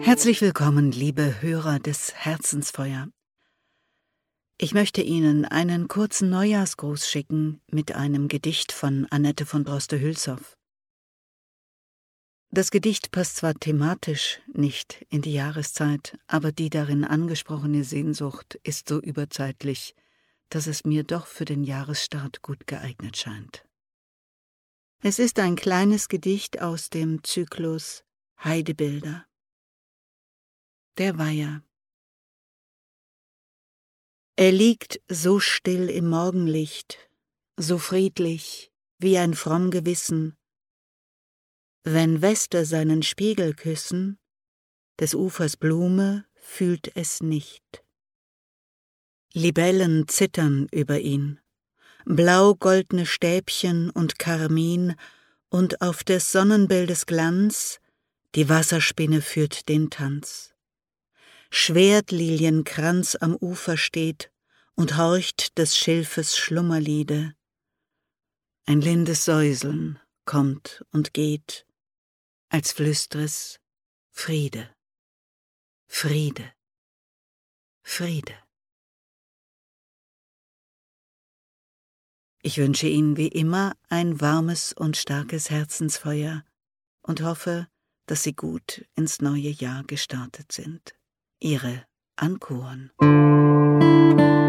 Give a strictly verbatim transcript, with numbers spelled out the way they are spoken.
Herzlich willkommen, liebe Hörer des Herzensfeuer. Ich möchte Ihnen einen kurzen Neujahrsgruß schicken mit einem Gedicht von Annette von Droste-Hülshoff. Das Gedicht passt zwar thematisch nicht in die Jahreszeit, aber die darin angesprochene Sehnsucht ist so überzeitlich, dass es mir doch für den Jahresstart gut geeignet scheint. Es ist ein kleines Gedicht aus dem Zyklus Heidebilder. Der Weiher. Er liegt so still im Morgenlicht, so friedlich wie ein fromm Gewissen. Wenn Wester seinen Spiegel küssen, des Ufers Blume fühlt es nicht. Libellen zittern über ihn, blau-goldne Stäbchen und Karmin, und auf des Sonnenbildes Glanz die Wasserspinne führt den Tanz. Schwertlilienkranz am Ufer steht und horcht des Schilfes Schlummerliede. Ein lindes Säuseln kommt und geht, als flüstres Friede, Friede, Friede. Ich wünsche Ihnen wie immer ein warmes und starkes Herzensfeuer und hoffe, dass Sie gut ins neue Jahr gestartet sind. Ihre Ann Kuhn.